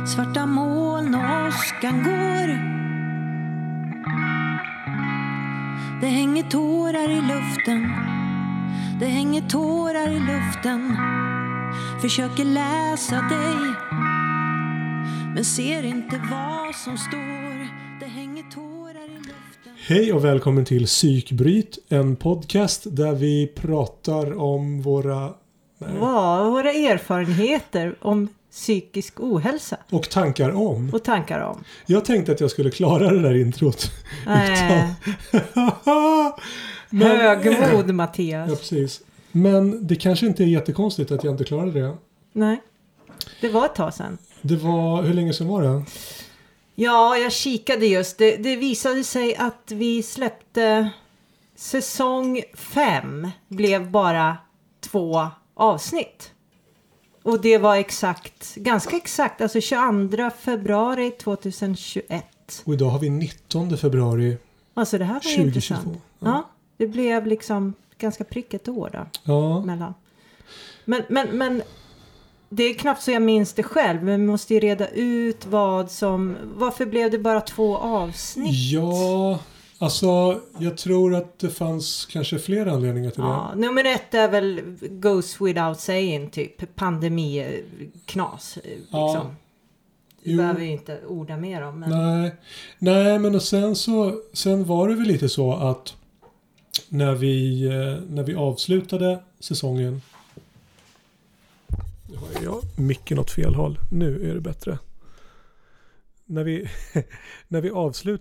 Svarta moln och åskan går. Det hänger tårar i luften. Det hänger tårar i luften. Försöker läsa dig, men ser inte vad som står. Det hänger tårar i luften. Hej och välkommen till Psykbryt, en podcast där vi pratar om våra erfarenheter om psykisk ohälsa. Och tankar om. Jag tänkte att jag skulle klara det där introt. Högmod, Mattias. Ja, precis. Men det kanske inte är jättekonstigt att jag inte klarade det. Nej, det var ett tag sedan. Hur länge sedan var det? Ja, jag kikade just. Det visade sig att vi släppte säsong 5. Blev bara 2 avsnitt. Och det var ganska exakt, alltså 22 februari 2021. Och idag har vi 19 februari alltså det här var 2022. Intressant. Ja, det blev liksom ganska prick ett år då. Ja. Mellan. Men det är knappt så jag minns det själv. Men vi måste ju reda ut varför blev det bara 2 avsnitt? Ja, alltså jag tror att det fanns kanske fler anledningar till det. Ja, nummer 1 är väl goes without saying, typ pandemiknas. Liksom. Det behöver vi inte orda mer om. Men... Nej, men och sen var det väl lite så att när vi avslutade säsongen. Nu har jag micken åt fel håll. Nu är det bättre. När vi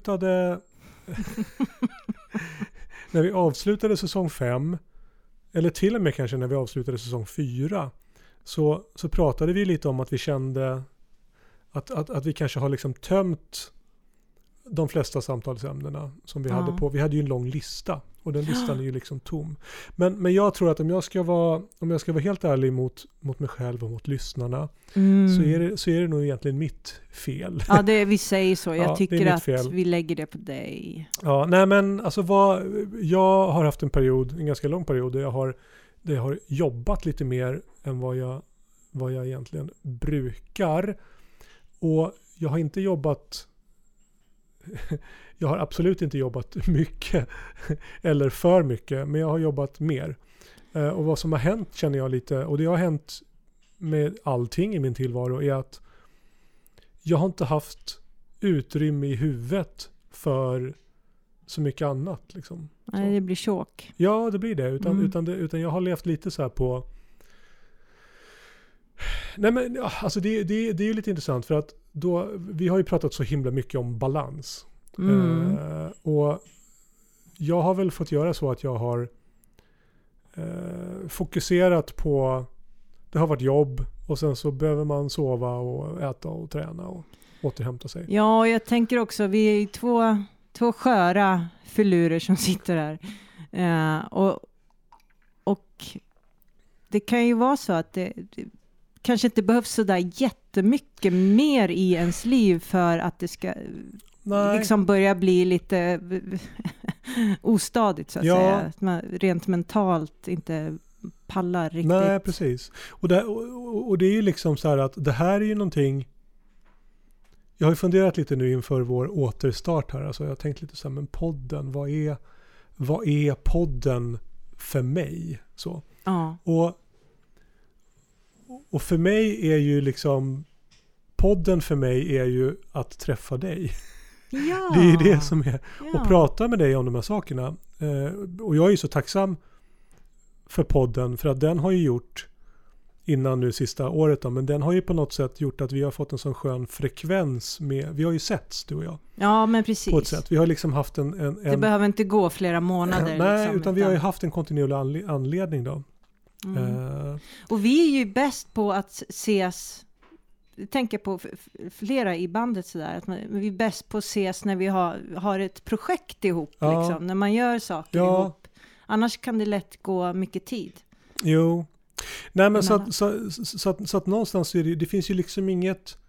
avslutade säsong 5, eller till och med kanske när vi avslutade säsong 4, så pratade vi lite om att vi kände att vi kanske har liksom tömt de flesta samtalsämnena som vi hade på. Vi hade ju en lång lista och den listan är ju liksom tom. Men jag tror att om jag ska vara helt ärlig mot mig själv och mot lyssnarna så är det nog egentligen mitt fel. Ja, vi säger så. Jag tycker att vi lägger det på dig. Ja, nej men alltså jag har haft en ganska lång period där jag har jobbat lite mer än vad jag egentligen brukar. Och jag har absolut inte jobbat mycket eller för mycket, men jag har jobbat mer. Och vad som har hänt känner jag lite, och det har hänt med allting i min tillvaro, är att jag har inte haft utrymme i huvudet för så mycket annat. Liksom. Nej, det blir tjock. Ja, det blir det. Utan jag har levt lite så här på... Nej, men alltså det är ju lite intressant för att vi har ju pratat så himla mycket om balans. Och jag har väl fått göra så att jag har fokuserat på, det har varit jobb och sen så behöver man sova och äta och träna och återhämta sig. Ja, jag tänker också, vi är ju två sköra filurer som sitter här. Och det kan ju vara så att det kanske inte behövs så där jättemycket mer i ens liv för att det ska liksom börja bli lite ostadigt så att säga. Att man rent mentalt inte pallar riktigt. Nej, precis. Och det är ju liksom så här att det här är ju någonting. Jag har ju funderat lite nu inför vår återstart här. Alltså jag har tänkt lite så här, men podden, vad är podden för mig? Så. Ja. Och för mig är ju liksom podden för mig är ju att träffa dig. Ja. Det är det som är. Ja. Och prata med dig om de här sakerna. Och jag är ju så tacksam för podden för att den har ju gjort innan nu sista året då, men den har ju på något sätt gjort att vi har fått en sån skön frekvens med, vi har ju setts du och jag. Ja, men precis. På ett sätt. Vi har liksom haft det behöver inte gå flera månader. Nej, liksom, utan vi har ju haft en kontinuerlig anledning då. Och vi är ju bäst på att ses, tänker på flera i bandet sådär, att vi är bäst på att ses när vi har ett projekt ihop, liksom, när man gör saker ihop. Annars kan det lätt gå mycket tid. Jo. Nej, men så att någonstans är det finns ju liksom inget.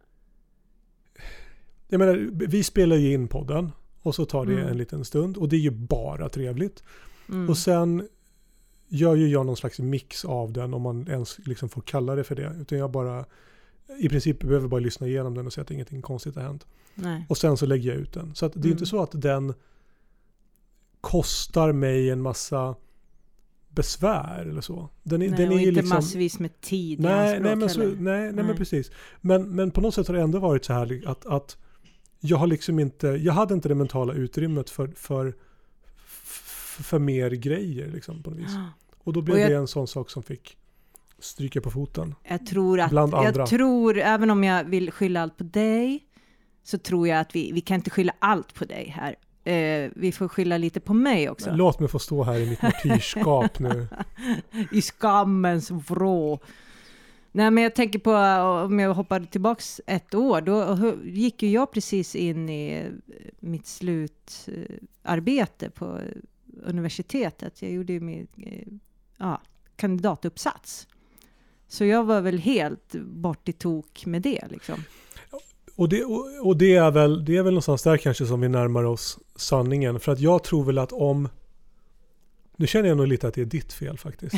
Jag menar, vi spelar ju in podden och så tar det en liten stund och det är ju bara trevligt. Och sen gör ju jag någon slags mix av den, om man ens liksom får kalla det för det. Utan jag bara i princip behöver bara lyssna igenom den och se att ingenting konstigt har hänt. Nej. Och sen så lägger jag ut den. Så att det är inte så att den kostar mig en massa besvär eller så. Den är och inte liksom, massvis med tid i nej, anspråk men precis. Men på något sätt har det ändå varit så här att jag har liksom inte, jag hade inte det mentala utrymmet för mer grejer liksom på något vis. Och då blev det en sån sak som fick stryka på foten. Jag tror, även om jag vill skylla allt på dig, så tror jag att vi kan inte skylla allt på dig här. Vi får skylla lite på mig också. Men låt mig få stå här i mitt martyrskap nu. I skammens vrå. Nej, men jag tänker på, om jag hoppar tillbaks ett år, då gick ju jag precis in i mitt slutarbete på universitetet. Jag gjorde ju min kandidatuppsats. Så jag var väl helt bort i tok med det liksom. Och det är väl någonstans där kanske som vi närmar oss sanningen. För att jag tror väl att nu känner jag nog lite att det är ditt fel faktiskt.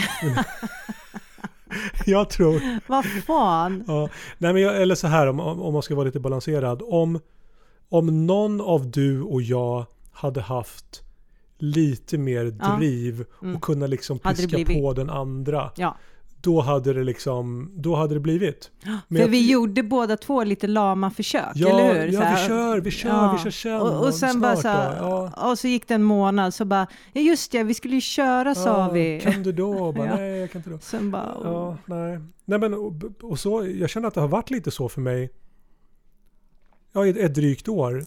Jag tror... Vad fan? Ja, nej men eller så här, om man ska vara lite balanserad. Om någon av du och jag hade haft lite mer driv och kunna liksom piska på den andra. Ja. Då hade det blivit. Men för vi gjorde båda två lite lama försök, eller hur? Ja, vi kör sen. Och sen bara så här, och så gick det en månad, så bara, ja just det, vi skulle ju köra, sa vi. Kan du då? Bara, nej, jag kan inte då. Sen bara, nej. Nej, men och så, jag känner att det har varit lite så för mig. Ja, ett drygt år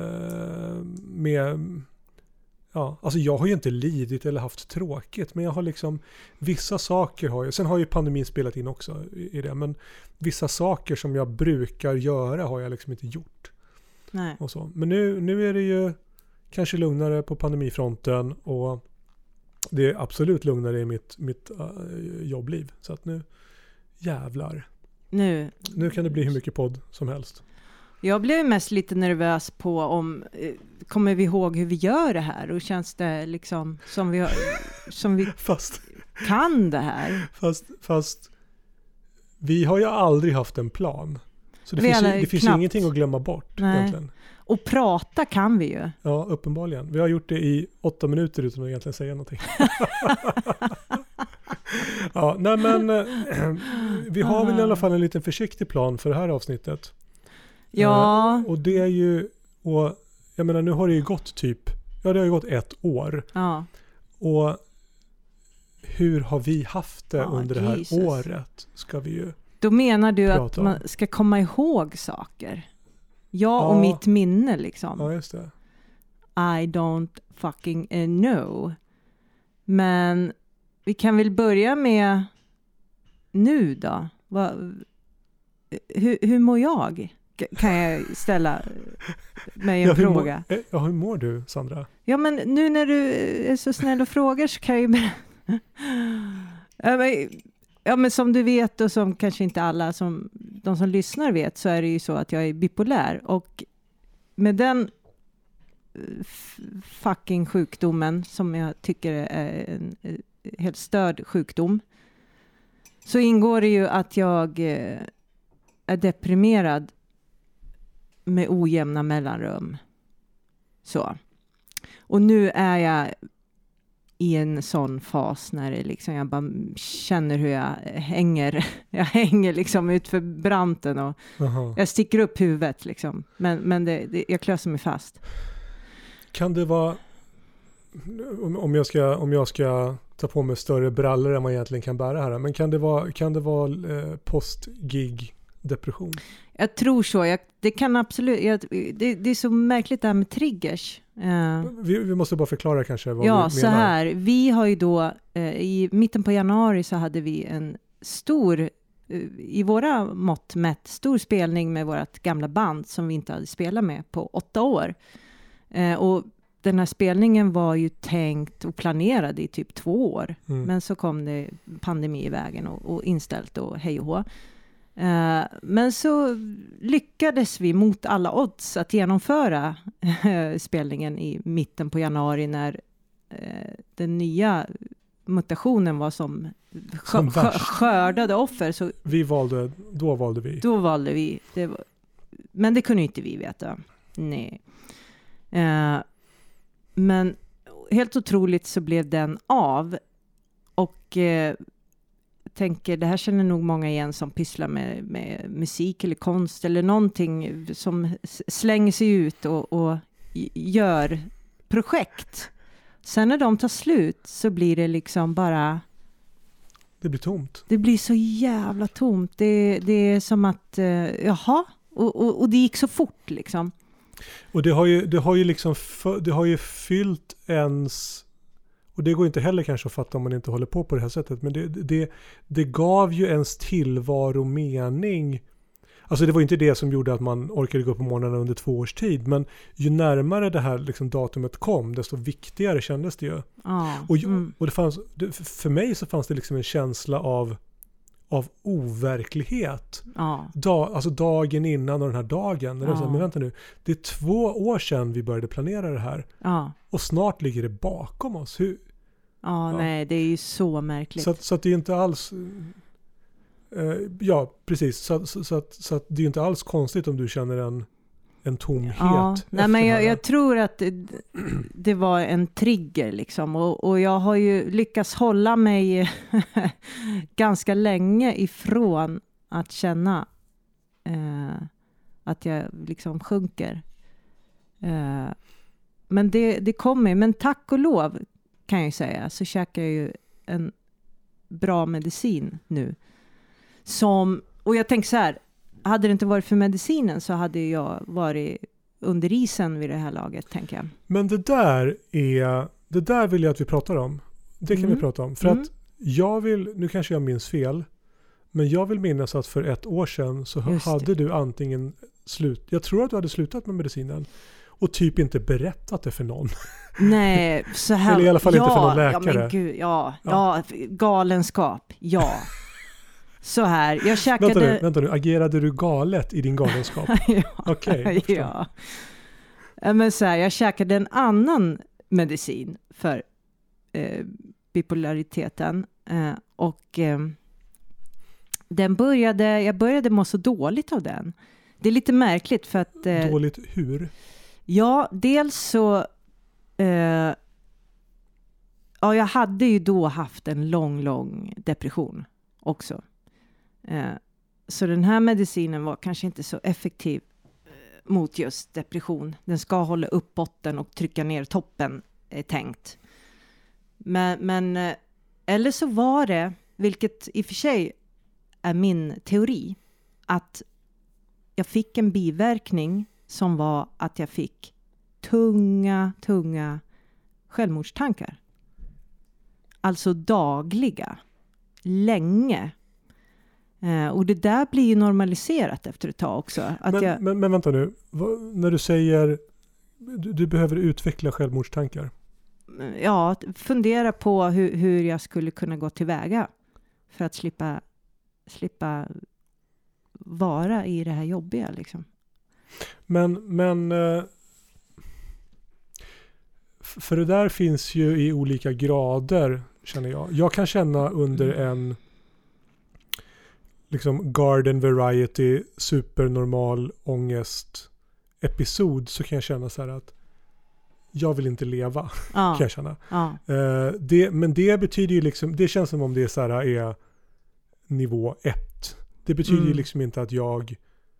med... Ja, alltså jag har ju inte lidit eller haft tråkigt, men jag har liksom vissa saker har jag. Sen har ju pandemin spelat in också i det, men vissa saker som jag brukar göra har jag liksom inte gjort. Nej. Och så. Men nu är det ju kanske lugnare på pandemifronten, och det är absolut lugnare i mitt jobbliv. Så att nu jävlar. Nu kan det bli hur mycket podd som helst. Jag blev mest lite nervös på om kommer vi ihåg hur vi gör det här, och känns det liksom som vi kan det här. Fast vi har ju aldrig haft en plan. Så det finns ju ingenting att glömma bort egentligen. Och prata kan vi ju. Ja, uppenbarligen. Vi har gjort det i 8 minuter utan att egentligen säga någonting. Ja, nej men vi har väl i alla fall en liten försiktig plan för det här avsnittet. Ja. Och det är ju, och jag menar, nu har det ju gått det har ju gått 1 år. Ja. Och hur har vi haft det under det här året, ska vi ju. Då menar du att man ska komma ihåg saker? Och mitt minne liksom. Ja, just det. I don't fucking know. Men vi kan väl börja med nu då. Hur mår jag? Kan jag ställa mig en fråga? Hur mår du, Sandra? Ja, men nu när du är så snäll och frågar, så kan jag ju... Ja, men som du vet, och som kanske inte alla de som lyssnar vet, så är det ju så att jag är bipolär. Och med den fucking sjukdomen, som jag tycker är en helt störd sjukdom, så ingår det ju att jag är deprimerad med ojämna mellanrum. Så. Och nu är jag i en sån fas när det liksom, jag bara känner hur jag hänger liksom ut för branten, och jag sticker upp huvudet liksom. Men jag klöser mig fast. Kan det vara, om jag ska ta på mig större brallor än man egentligen kan bära här, men kan det vara post-gig depression? Jag tror så. Det kan absolut... Det är så märkligt det här med triggers. Vi måste bara förklara kanske vad vi menar. Ja, så här. Vi har ju då... I mitten på januari så hade vi en stor... I våra mått mätt, stor spelning med vårt gamla band som vi inte hade spelat med på 8 år. Och den här spelningen var ju tänkt och planerad i typ 2 år. Mm. Men så kom det pandemi i vägen och inställt och hej och hå. Men så lyckades vi mot alla odds att genomföra spelningen i mitten på januari, när den nya mutationen var som skördade offer. Så Då valde vi. Men det kunde inte vi veta. Nej. Men helt otroligt så blev den av. Och tänker, det här känner nog många igen som pysslar med musik eller konst eller någonting som slänger sig ut och gör projekt. Sen när de tar slut så blir det liksom bara... Det blir tomt. Det blir så jävla tomt. Det är som att, jaha, och det gick så fort liksom. Och det har ju fyllt ens... Och det går inte heller kanske att fatta om man inte håller på det här sättet. Men det gav ju ens tillvaro mening. Alltså det var inte det som gjorde att man orkade gå på morgonen under 2 års tid. Men ju närmare det här liksom datumet kom, desto viktigare kändes det ju. Och det fanns, för mig så fanns det liksom en känsla av overklighet. Alltså dagen innan och den här dagen. Men vänta nu, det är 2 år sedan vi började planera det här. Och snart ligger det bakom oss. Nej, det är ju så märkligt. Så att det är inte alls... ja, precis. Så att det är inte alls konstigt om du känner en tomhet. Nej, men jag tror att det var en trigger liksom. Och jag har ju lyckats hålla mig ganska länge ifrån att känna att jag liksom sjunker. Men det kommer. Men tack och lov kan jag ju säga, så käkar jag ju en bra medicin nu. Och jag tänker så här, hade det inte varit för medicinen så hade jag varit under isen vid det här laget, tänker jag. Men det där vill jag att vi pratar om. Det kan vi prata om. För att nu kanske jag minns fel, men jag vill minnas att för 1 år sedan så hade du antingen jag tror att du hade slutat med medicinen och typ inte berättat det för någon. Nej, så här. Eller i alla fall inte för någon läkare. Ja, men gud, ja, galenskap, ja. Så här, jag käkade... Vänta nu, agerade du galet i din galenskap? Okej. Ja. Men så här, jag käkade en annan medicin för bipolariteten. Och jag började må så dåligt av den. Det är lite märkligt för att... Dåligt hur? Ja, dels så... jag hade ju då haft en lång depression också. Så den här medicinen var kanske inte så effektiv mot just depression. Den ska hålla upp botten och trycka ner toppen, är tänkt. Men eller så var det, vilket i och för sig är min teori, att jag fick en biverkning som var att jag fick tunga självmordstankar. Alltså dagliga, länge. Och det där blir ju normaliserat efter ett tag också. Men vänta nu, när du säger du behöver utveckla självmordstankar. Ja, fundera på hur jag skulle kunna gå tillväga för att slippa vara i det här jobbiga liksom. Men för det där finns ju i olika grader, känner jag. Jag kan känna under en liksom garden variety supernormal ångest episod, så kan jag känna så här att jag vill inte leva, kan jag känna. Men det betyder ju liksom, det känns som om det så här är nivå 1. Det betyder ju liksom inte att jag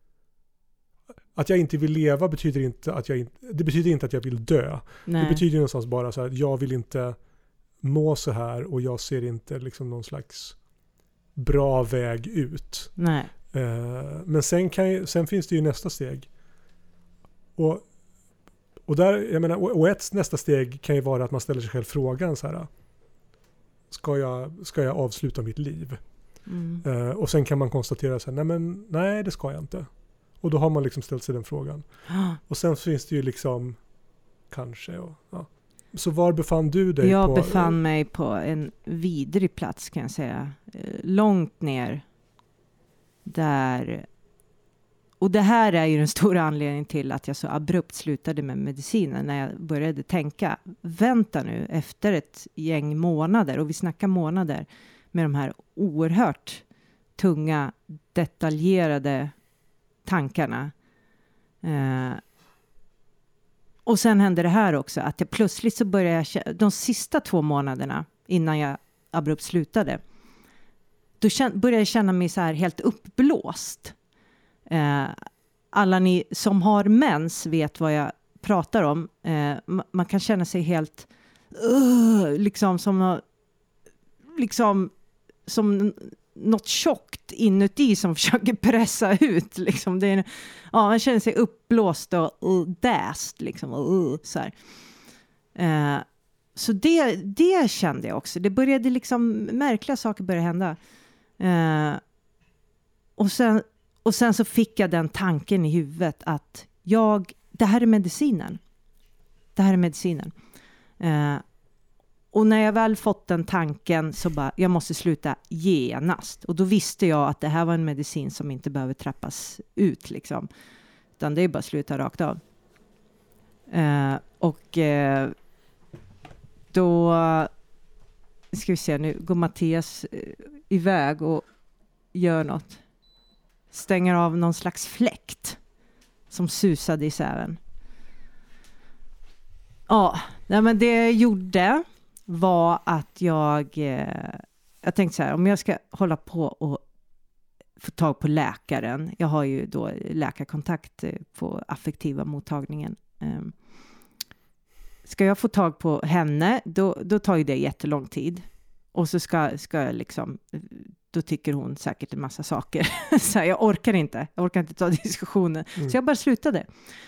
inte vill leva, betyder inte att det betyder inte att jag vill dö. Nej. Det betyder någonstans bara så här att jag vill inte må så här och jag ser inte liksom någon slags bra väg ut. Nej. Men sen finns det ju nästa steg. Och där, jag menar, och nästa steg kan ju vara att man ställer sig själv frågan så här: ska jag avsluta mitt liv? Och sen kan man konstatera så här, nej, det ska jag inte. Och då har man liksom ställt sig den frågan. Och sen finns det ju liksom kanske. Så var befann du dig? Jag befann mig på en vidrig plats, kan jag säga. Långt ner. Där Och det här är ju den stora anledningen till att jag så abrupt slutade med medicinen. När jag började tänka, vänta nu, efter ett gäng månader, och vi snackar månader, med de här oerhört tunga, detaljerade tankarna. Och sen hände det här också, att jag plötsligt så började jag, de sista 2 månaderna innan jag abrupt slutade, då började jag känna mig så här helt uppblåst. Alla ni som har mens vet vad jag pratar om. Man kan känna sig helt liksom som något tjockt inuti som försöker pressa ut. Liksom. Det är, man känner sig uppblåst och däst. Liksom, så här. Så det kände jag också. Det började liksom, märkliga saker började hända. Och sen så fick jag den tanken i huvudet att det här är medicinen. Det här är medicinen. Och när jag väl fått den tanken så bara, jag måste sluta genast. Och då visste jag att det här var en medicin som inte behöver trappas ut liksom. Utan det är bara att sluta rakt av. Då ska vi se, nu går Mattias iväg och gör något. Stänger av någon slags fläkt som susade i säven. Ja, men det jag gjorde var att jag tänkte så här, om jag ska hålla på och få tag på läkaren. Jag har ju då läkarkontakt på affektiva mottagningen. Ska jag få tag på henne, då tar ju det jättelång tid. Och så ska jag liksom, då tycker hon säkert en massa saker. Så här, jag orkar inte ta diskussionen. Så jag bara slutade.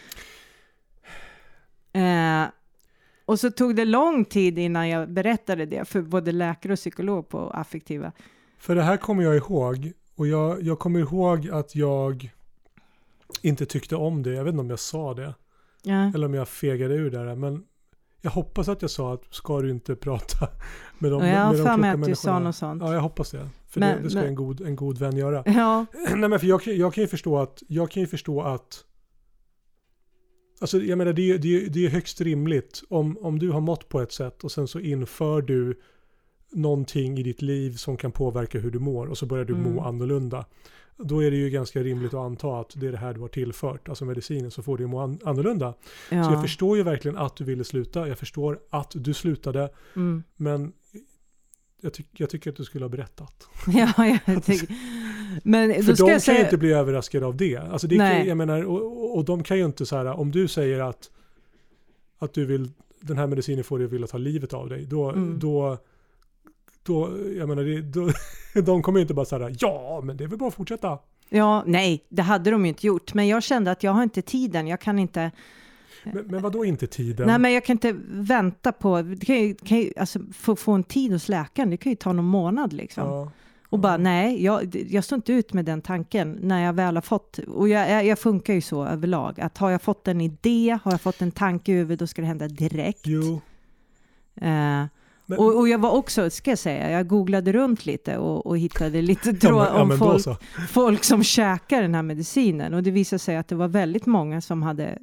Och så tog det lång tid innan jag berättade det för både läkare och psykolog på affektiva. För det här kommer jag ihåg. Och jag kommer ihåg att jag inte tyckte om det. Jag vet inte om jag sa det. Ja. Eller om jag fegade ur det där. Men jag hoppas att jag sa att ska du inte prata med de jag har för mig att människorna. Du sa något sånt. Ja, jag hoppas det. För det ska en god vän göra. Ja. Nej, men för jag kan ju förstå att alltså, jag menar, det är högst rimligt om du har mått på ett sätt och sen så inför du någonting i ditt liv som kan påverka hur du mår och så börjar du må annorlunda. Då är det ju ganska rimligt att anta att det är det här du har tillfört, alltså medicinen, så får du må annorlunda. Ja. Så jag förstår ju verkligen att du ville sluta. Jag förstår att du slutade. Men jag tycker att du skulle ha berättat. Ja, jag tycker. Men för de kan ju inte bli överraskade av det. Alltså det kan, jag menar, och de kan ju inte så här, om du säger att du vill, den här medicinen får dig att vilja ta livet av dig, då jag menar, de kommer ju inte bara så här, ja, men det är väl bara att fortsätta. Ja, nej, det hade de ju inte gjort. Men jag kände att jag har inte tiden, jag kan inte. Men vad då inte tiden? Nej, men jag kan inte vänta på, det kan ju, alltså, få en tid hos läkaren, det kan ju ta någon månad liksom. Ja. Och bara, nej, jag står inte ut med den tanken när jag väl har fått, och jag funkar ju så överlag, att har jag fått en idé, har jag fått en tanke över, då ska det hända direkt. Jo. Och jag var också, ska jag säga, jag googlade runt lite och hittade lite tråd om folk som käkar den här medicinen. Och det visade sig att det var väldigt många som hade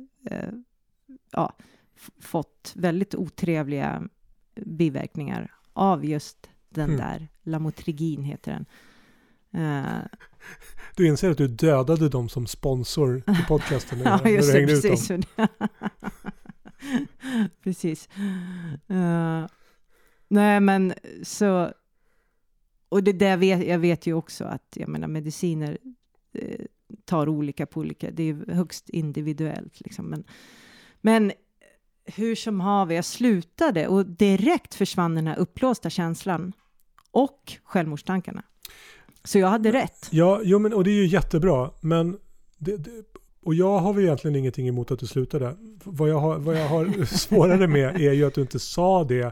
fått väldigt otrevliga biverkningar av just den där. Lamotrigin heter den. Du inser att du dödade dem som sponsor till podcasten. Ja, just det, precis. Precis. Nej, men så, och det där jag vet ju också att, jag menar, mediciner tar olika på olika, det är högst individuellt liksom, men hur som haver, jag slutade och direkt försvann den här upplåsta känslan och självmordstankarna. Så jag hade rätt. Ja, jo, men, och det är ju jättebra, men och jag har väl egentligen ingenting emot att du slutade. Vad jag har svårare med är ju att du inte sa det.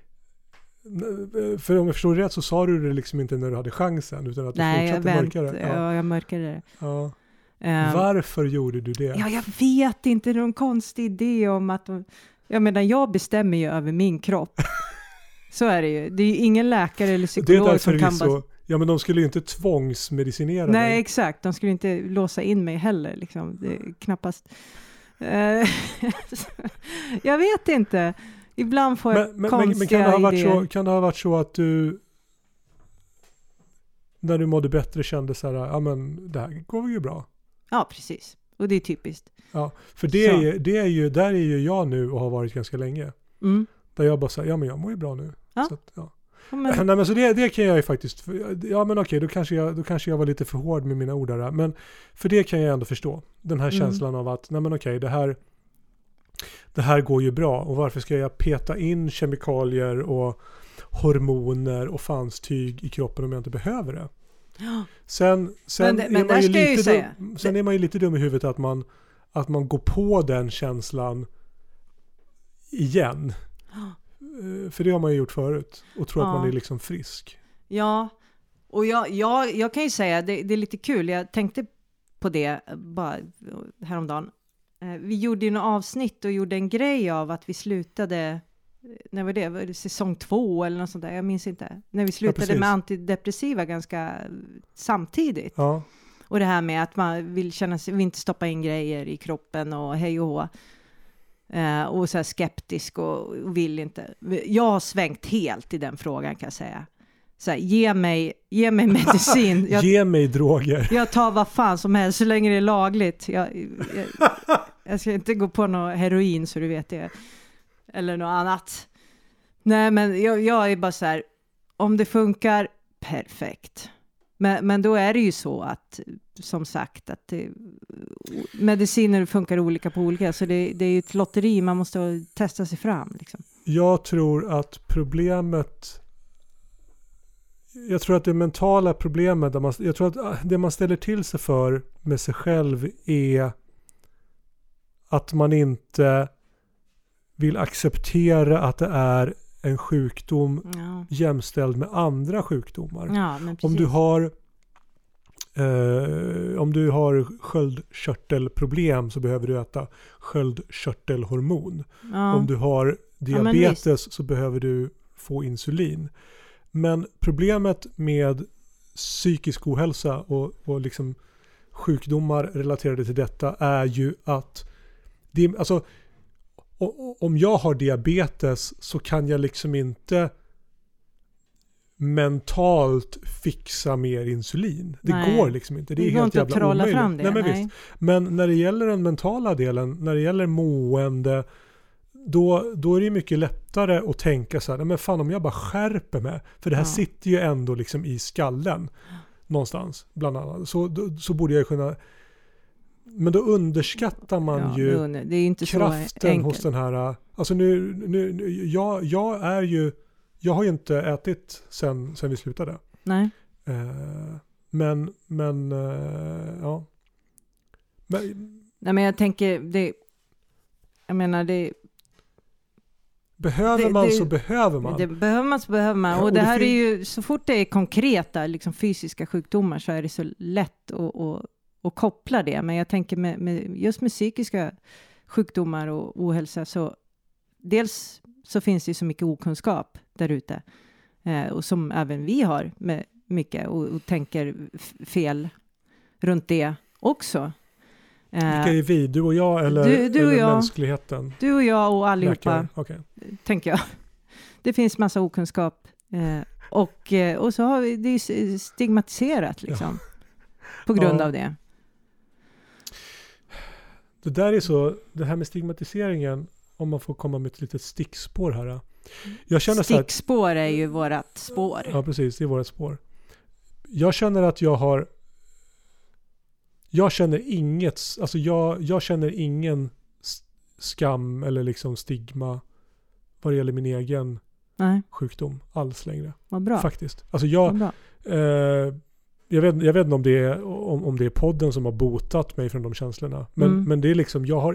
För om jag förstår rätt så sa du det liksom inte när du hade chansen, utan att du fortsatte mörka det. Ja, jag mörkade det. Ja. Varför gjorde du det? Ja, jag vet inte, någon konstig idé om att jag menar, jag bestämmer ju över min kropp. Så är det ju. Det är ju ingen läkare eller psykolog som kan bara. Ja, men de skulle ju inte tvångsmedicinera Nej, dig. exakt. De skulle inte låsa in mig heller. Liksom. Det är knappast... jag vet inte. Ibland får jag konstiga idéer. Kan det ha varit så att du när du mådde bättre kände så här, ja men det här går ju bra. Ja, precis. Och det är typiskt. Ja, för där är ju jag nu och har varit ganska länge. Mm. Där jag bara säger, ja men jag mår ju bra nu. Ja. Så att, ja. Men... Nej, men så det kan jag ju faktiskt, ja men okej, då kanske jag var lite för hård med mina ord där. Men för det kan jag ändå förstå. Den här känslan av att, nej men okej, det här går ju bra. Och varför ska jag peta in kemikalier och hormoner och fanstyg i kroppen om jag inte behöver det? Sen är man ju lite dum i huvudet att man går på den känslan igen. För det har man ju gjort förut. Och tror att man är liksom frisk. Ja, och jag kan ju säga, det är lite kul. Jag tänkte på det bara häromdagen. Vi gjorde ju något avsnitt och gjorde en grej av att vi slutade, när var det? Var det säsong 2 eller något sånt där? Jag minns inte. När vi slutade med antidepressiva ganska samtidigt. Ja. Och det här med att man vill inte stoppa in grejer i kroppen och hej och hå. Och så här skeptisk och vill inte. Jag har svängt helt i den frågan, kan jag säga. Så här, ge mig medicin. Ge mig droger. Jag tar vad fan som helst så länge det är lagligt. Jag ska inte gå på något heroin, så du vet det. Eller något annat. Nej, men jag är bara så här, om det funkar, perfekt. Men då är det ju så att, som sagt, att mediciner funkar olika på olika. Så det är ju ett lotteri, man måste testa sig fram. Liksom. Jag tror att det mentala problemet, jag tror att det man ställer till sig för med sig själv är att man inte vill acceptera att det är en sjukdom jämställd med andra sjukdomar. Ja, om du har sköldkörtelproblem så behöver du äta sköldkörtelhormon. Ja. Om du har diabetes så behöver du få insulin. Men problemet med psykisk ohälsa och liksom sjukdomar relaterade till detta är ju att om jag har diabetes så kan jag liksom inte mentalt fixa mer insulin. Det går liksom inte. Det är helt jävla omöjligt. Fram det. Visst. Men när det gäller den mentala delen, när det gäller mående, då är det mycket lättare att tänka så här, men fan om jag bara skärper mig, för det här sitter ju ändå liksom i skallen någonstans bland annat. Så borde jag kunna, men då underskattar man ju det är inte kraften hos den här, alltså jag har ju inte ätit sen vi slutade. Nej. Men nej, men jag tänker behöver man så behöver man. Det behöver man så behöver man. Och det här är ju, så fort det är konkreta liksom fysiska sjukdomar så är det så lätt att koppla det. Men jag tänker just med psykiska sjukdomar och ohälsa, så dels så finns det ju så mycket okunskap där ute. Och som även vi har med mycket och tänker fel runt det också. Vilka är vi? Du och jag eller, du och jag, mänskligheten? Du och jag och allihopa, tänker jag. Det finns massa okunskap. Och så har vi det är stigmatiserat liksom, på grund av det. Det där är så, det här med stigmatiseringen, om man får komma med ett litet stickspår här. Jag känner stickspår är ju vårat spår. Ja, precis, det är vårat spår. Jag känner att jag känner ingen skam eller liksom stigma vad det gäller min egen sjukdom alls längre. Vad bra. Faktiskt. Alltså jag vet inte om det är podden som har botat mig från de känslorna. Men det är liksom, jag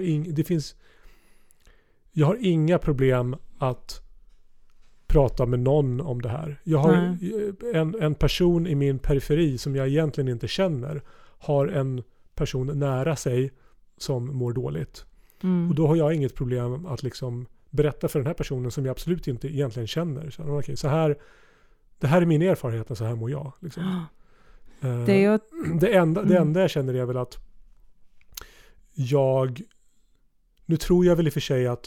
har inga problem att prata med någon om det här. Jag har en person i min periferi som jag egentligen inte känner, har en person nära sig som mår dåligt. Och då har jag inget problem att liksom berätta för den här personen som jag absolut inte egentligen känner. Så, så här, det här är min erfarenhet, så här mår jag. Liksom. Det Det enda jag känner är väl att nu tror jag väl i och för sig att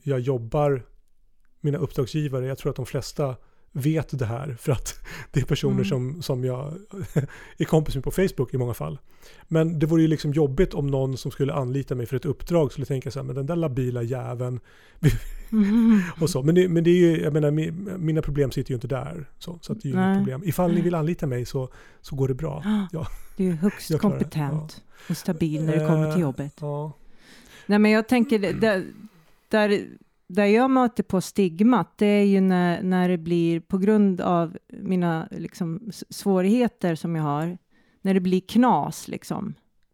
mina uppdragsgivare, jag tror att de flesta vet det här för att det är personer som jag är kompis med på Facebook i många fall. Men det vore ju liksom jobbigt om någon som skulle anlita mig för ett uppdrag skulle tänka så här, men den där labila jäveln och så. Men det är ju, jag menar, mina problem sitter ju inte där. Så att det är ju inget problem. Ifall ni vill anlita mig så går det bra. Ja. Du är högst kompetent och stabil när det kommer till jobbet. Ja. Nej, men jag tänker där jag möter på stigmat, det är ju när det blir på grund av mina liksom svårigheter som jag har, när det blir knas liksom,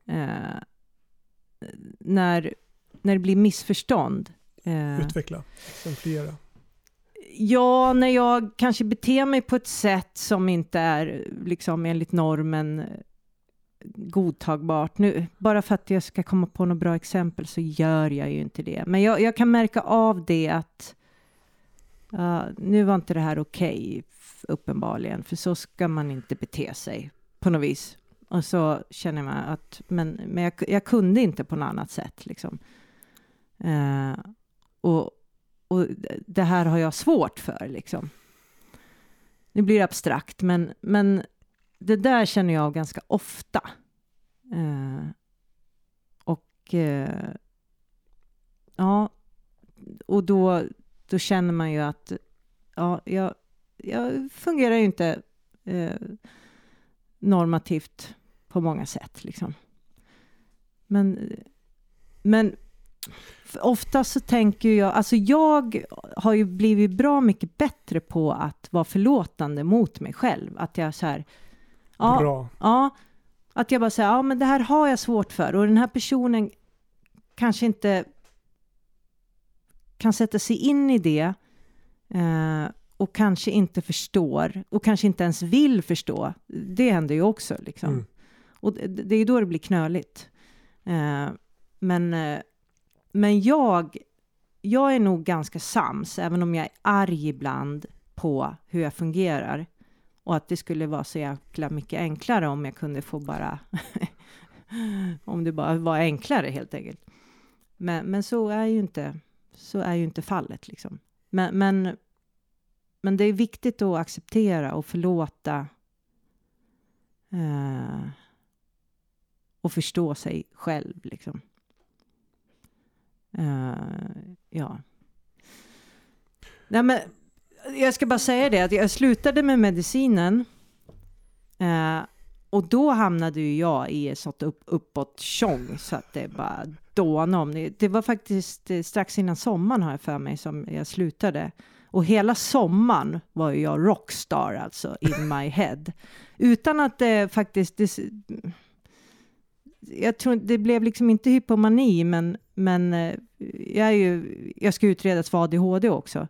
när det blir missförstånd. Utveckla, exemplifiera. Ja, när jag kanske beter mig på ett sätt som inte är liksom enligt normen godtagbart. Nu, bara för att jag ska komma på något bra exempel så gör jag ju inte det. Men jag kan märka av det att nu var inte det här okej, uppenbarligen. För så ska man inte bete sig på något vis. Och så känner man att men jag kunde inte på något annat sätt. Liksom. Och det här har jag svårt för. Liksom. Nu blir det abstrakt, men det där känner jag ganska ofta. Och då känner man ju att jag fungerar ju inte normativt på många sätt. Liksom. Men ofta så tänker jag, alltså jag har ju blivit bra mycket bättre på att vara förlåtande mot mig själv. Att jag så här, att jag bara säger, men det här har jag svårt för. Och den här personen kanske inte kan sätta sig in i det. Och kanske inte förstår. Och kanske inte ens vill förstå. Det händer ju också. Liksom. Och det är ju då det blir knöligt. Men jag är nog ganska sams. Även om jag är arg ibland på hur jag fungerar. Och att det skulle vara så jäkla mycket enklare om jag kunde få bara om det bara var enklare helt enkelt. Men så är ju inte fallet liksom. Men det är viktigt att acceptera och förlåta och förstå sig själv liksom. Ja. Nej, men jag ska bara säga det att jag slutade med medicinen och då hamnade ju jag i ett sånt uppåt tjong så att det bara dånade om. Det var faktiskt strax innan sommaren har jag för mig som jag slutade. Och hela sommaren var ju jag rockstar alltså in my head. Utan att det faktiskt jag tror det blev liksom inte hypomani men jag ska utredas för ADHD också.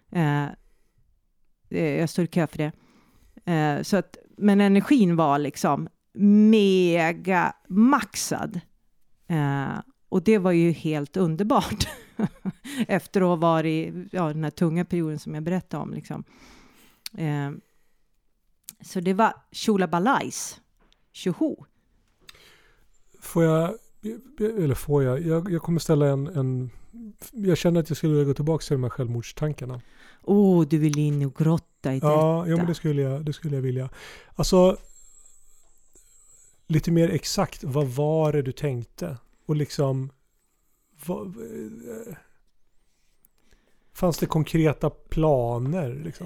Jag står i kö för det. Så att, men energin var liksom mega maxad. Och det var ju helt underbart. Efter att ha varit den här tunga perioden som jag berättade om. Liksom. Så det var tjolabalajs. Tjoho. Jag kommer ställa en jag känner att jag skulle vilja gå tillbaka till de här självmordstankarna. Du vill in och grotta i detta. Ja, men det skulle jag vilja. Alltså, lite mer exakt, vad var det du tänkte? Och liksom, fanns det konkreta planer? Liksom?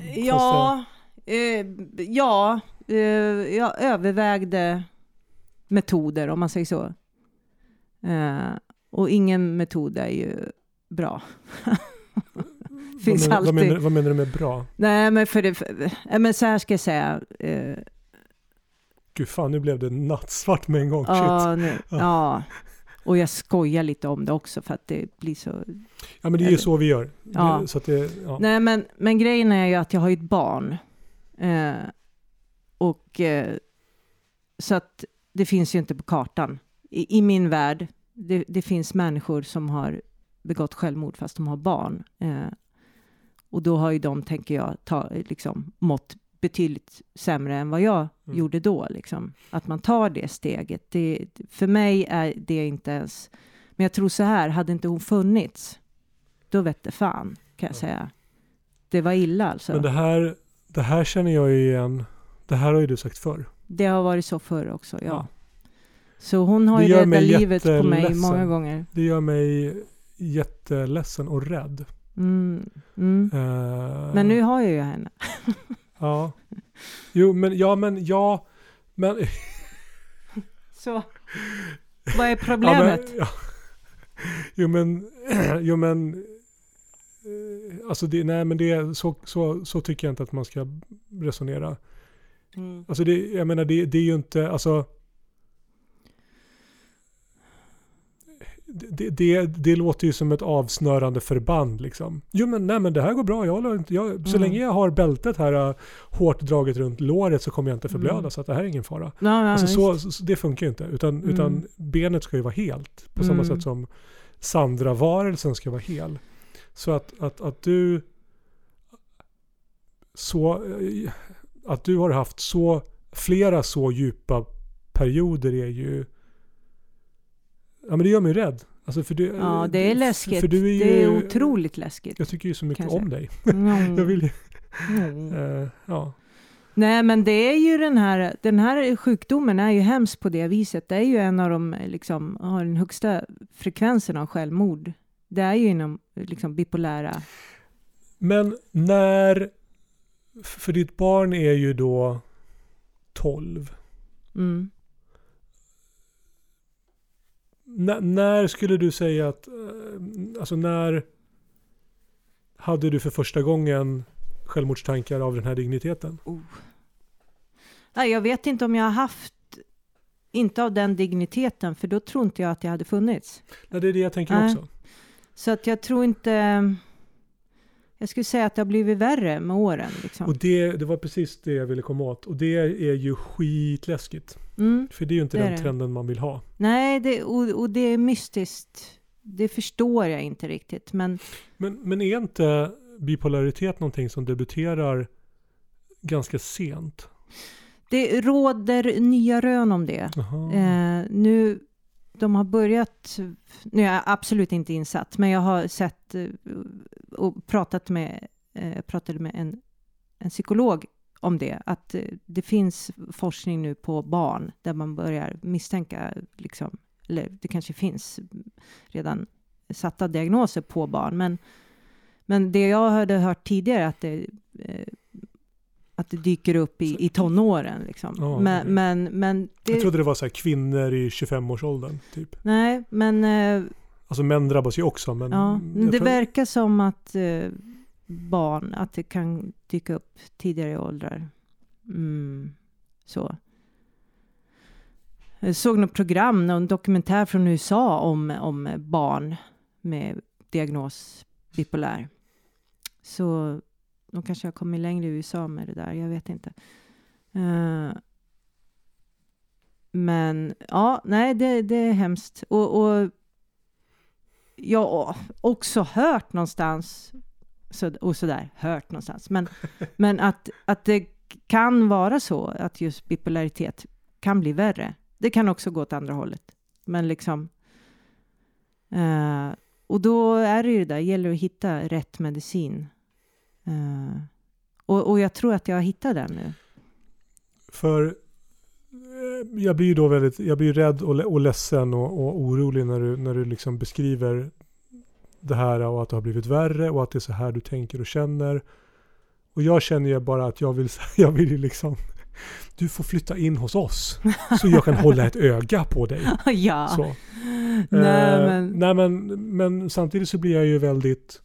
Jag övervägde metoder, om man säger så. Och ingen metod är ju bra. Finns vad menar du med bra? Nej, men så här ska jag säga. Gud fan, nu blev det nattsvart med en gång. Ja. Och jag skojar lite om det också för att det blir så... Ja, men det är ju så vi gör. Ja. Så att det, ja. Nej, men grejen är ju att jag har ett barn. Så att det finns ju inte på kartan. I min värld, det finns människor som har begått självmord fast de har barn. Och då har ju de, tänker jag, mått betydligt sämre än vad jag gjorde då. Liksom. Att man tar det steget. För mig är det inte ens... Men jag tror så här, hade inte hon funnits, då vet det fan, kan jag säga. Det var illa alltså. Men det här känner jag ju igen. Det här har ju du sagt förr. Det har varit så förr också, ja. Så hon har ju räddat livet på mig många gånger. Det gör mig jätteledsen och rädd. Men nu har jag ju henne. Ja. Jo, men... Så, vad är problemet? Alltså så tycker jag inte att man ska resonera. Alltså det är ju inte, alltså det låter ju som ett avsnörande förband liksom. Men det här går bra. Så länge jag har bältet här hårt draget runt låret så kommer jag inte förblöda, så att det här är ingen fara. Alltså så det funkar ju inte, utan benet ska ju vara helt på samma sätt som Sandra-varelsen ska vara hel. Så att du har haft flera så djupa perioder är ju... Ja, men det gör mig rädd. Alltså det är läskigt. För du är det är otroligt läskigt. Jag tycker ju så mycket om dig. Jag vill ju... ja. Nej, men det är ju den här sjukdomen är ju hemskt på det viset. Det är ju en av de liksom har den högsta frekvensen av självmord. Det är ju inom liksom bipolära. Men för ditt barn är ju då 12. När skulle du säga att, alltså när hade du för första gången självmordstankar av den här digniteten? Nej, jag vet inte om jag har haft, inte av den digniteten, för då tror inte jag att jag hade funnits. Nej, det är det jag tänker också. Så att jag tror inte, jag skulle säga att det har blivit värre med åren. Liksom. Och det var precis det jag ville komma åt. Och det är ju skitläskigt. För det är ju inte den trenden man vill ha. Nej, och det är mystiskt. Det förstår jag inte riktigt. Men är inte bipolaritet någonting som debuterar ganska sent? Det råder nya rön om det. Nu, de har börjat, nu är jag absolut inte insatt, men jag har sett och pratade med en psykolog om det, att det finns forskning nu på barn där man börjar misstänka, liksom, eller det kanske finns redan satta diagnoser på barn, men det jag hade hört tidigare att det dyker upp i tonåren liksom. Men jag trodde det var så här kvinnor i 25-årsåldern typ. Nej, men alltså män drabbas ju också, men det verkar som att barn, att det kan dyka upp tidigare i åldrar. Så. Jag såg något program, en dokumentär från USA om barn med diagnos bipolär. Så de kanske har kommit längre i USA med det där, jag vet inte. Men ja, nej, det är hemskt. Och jag har också hört någonstans men att det kan vara så att just bipolaritet kan bli värre. Det kan också gå åt andra hållet. Men liksom och då är det ju det där, gäller att hitta rätt medicin. Och jag tror att jag har hittat den nu. För jag blir ju då jag blir rädd och ledsen och orolig när du liksom beskriver det här och att det har blivit värre och att det är så här du tänker och känner. Och jag känner ju bara att jag vill ju liksom, du får flytta in hos oss så jag kan hålla ett öga på dig. Ja. Så. Men samtidigt så blir jag ju väldigt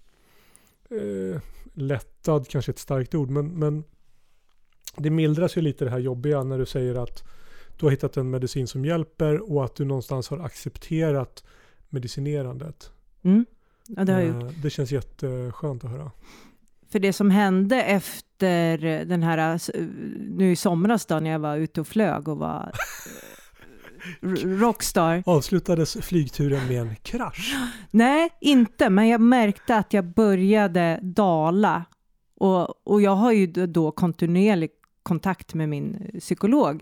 lättad, kanske ett starkt ord, men det mildras ju lite det här jobbiga när du säger att du har hittat en medicin som hjälper och att du någonstans har accepterat medicinerandet. Ja, det har jag gjort. Det känns jätteskönt att höra. För det som hände efter den här, nu i somras då, när jag var ute och flög och var rockstar. Avslutades flygturen med en krasch? Nej, inte. Men jag märkte att jag började dala. Och jag har ju då kontinuerligt kontakt med min psykolog.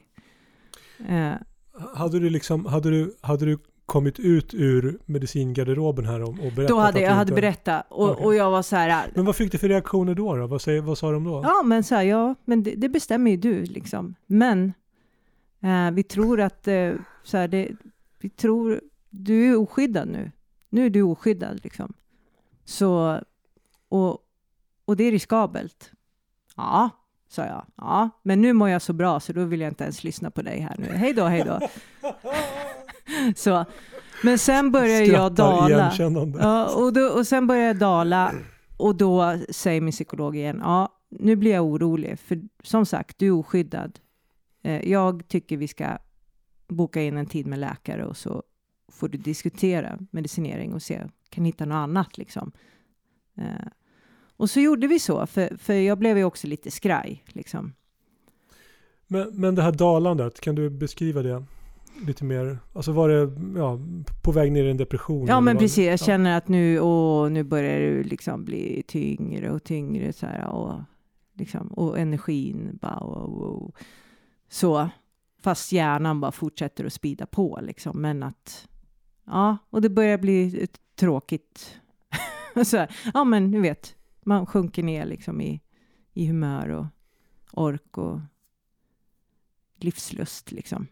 Hade du kommit ut ur medicingarderoben här och berättat? Då hade jag berättat och jag var så här. Men vad fick du för reaktioner då? Vad sa de då? Ja, men så här, men det bestämmer ju du liksom. Men vi tror att så här, vi tror du är oskyddad nu. Nu är du oskyddad liksom. Så och det är riskabelt. Ja, sa jag. Ja, men nu mår jag så bra så då vill jag inte ens lyssna på dig här nu. Hej då. Så, men sen börjar jag dala. Ja, och sen börjar jag dala och då säger min psykolog igen, ja, nu blir jag orolig för som sagt, du är oskyddad. Jag tycker vi ska boka in en tid med läkare och så får du diskutera medicinering och se, kan hitta något annat liksom. Och så gjorde vi så, för jag blev ju också lite skraj liksom. Men det här dalandet, kan du beskriva det lite mer? Alltså var det på väg ner i en depression? Ja, men precis. Jag känner att nu börjar det liksom bli tyngre och tyngre så här, och energin bara så. Fast hjärnan bara fortsätter att spida på liksom. Men att och det börjar bli tråkigt. Så här, ja, men ni vet, man sjunker ner liksom i humör och ork och livslust liksom.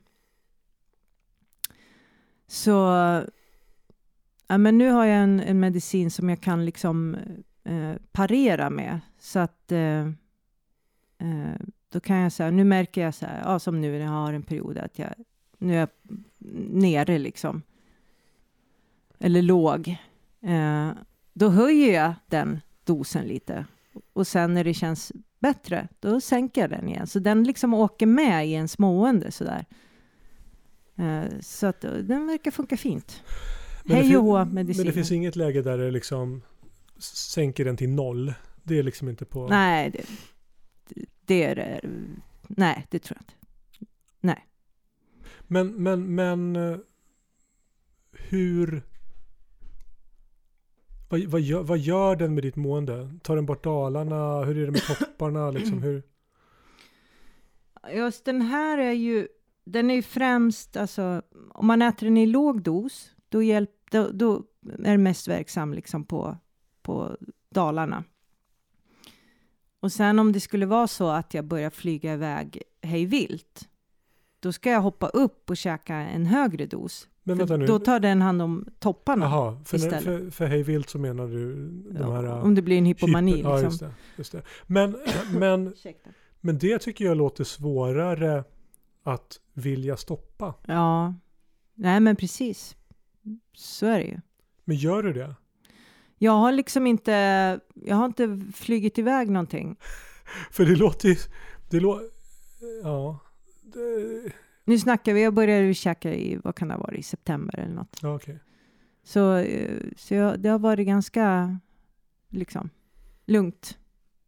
Så men nu har jag en medicin som jag kan liksom parera med. Så att då kan jag säga, nu märker jag så här, som nu när jag har en period att nu är jag nere liksom. Eller låg. Då höjer jag den dosen lite. Och sen när det känns bättre, då sänker jag den igen. Så den liksom åker med i en smående sådär. Så att den verkar funka fint. Hej och medicin. Men det finns inget läge där det liksom sänker den till 0. Det är liksom inte på... Nej, det är det. Nej, det tror jag inte. Nej. Men hur... Vad gör den med ditt mående? Tar den bort dalarna? Hur är det med topparna? Liksom, hur? Just den här den är ju främst, alltså, om man äter den i låg dos, då är det mest verksam liksom på dalarna. Och sen om det skulle vara så att jag börjar flyga iväg hej vilt, då ska jag hoppa upp och käka en högre dos. Men vänta nu. Då tar den hand om topparna. Jaha, för hej vilt så menar du de här... Om det blir en hypomani liksom. Ja, just det. Men det tycker jag låter svårare att vilja stoppa. Ja, nej men precis. Så är det ju. Men gör du det? Jag har liksom inte flugit iväg någonting. För det låter Nu snackar vi, jag började käka vad kan det vara, i september eller något. Ja, okej. Så det har varit ganska liksom lugnt.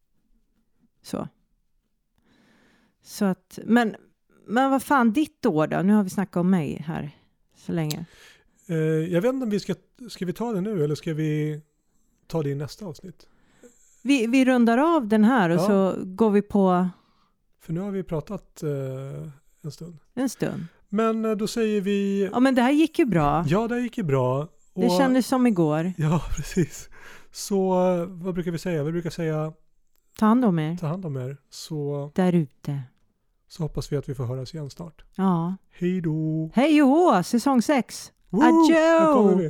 Så att, men vad fan, ditt år då? Nu har vi snackat om mig här så länge. Jag vet inte om ska vi ta det nu eller ska vi ta det i nästa avsnitt? Vi rundar av den här och så går vi på... För nu har vi pratat en stund. Men då säger vi... Ja, men det här gick ju bra. Ja, det gick ju bra. Och... Det kändes som igår. Ja, precis. Så vad brukar vi säga? Vi brukar säga... Ta hand om er. Ta hand om er. Så... Där ute. Så hoppas vi att vi får höras igen snart. Ja. Hej då! Hej och säsong 6. Adjö! Här kommer vi.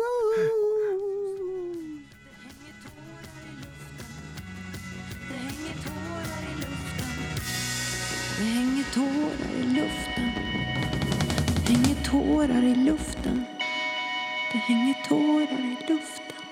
Det hänger tårar i luften. Det hänger tårar i luften. Det hänger tårar i luften.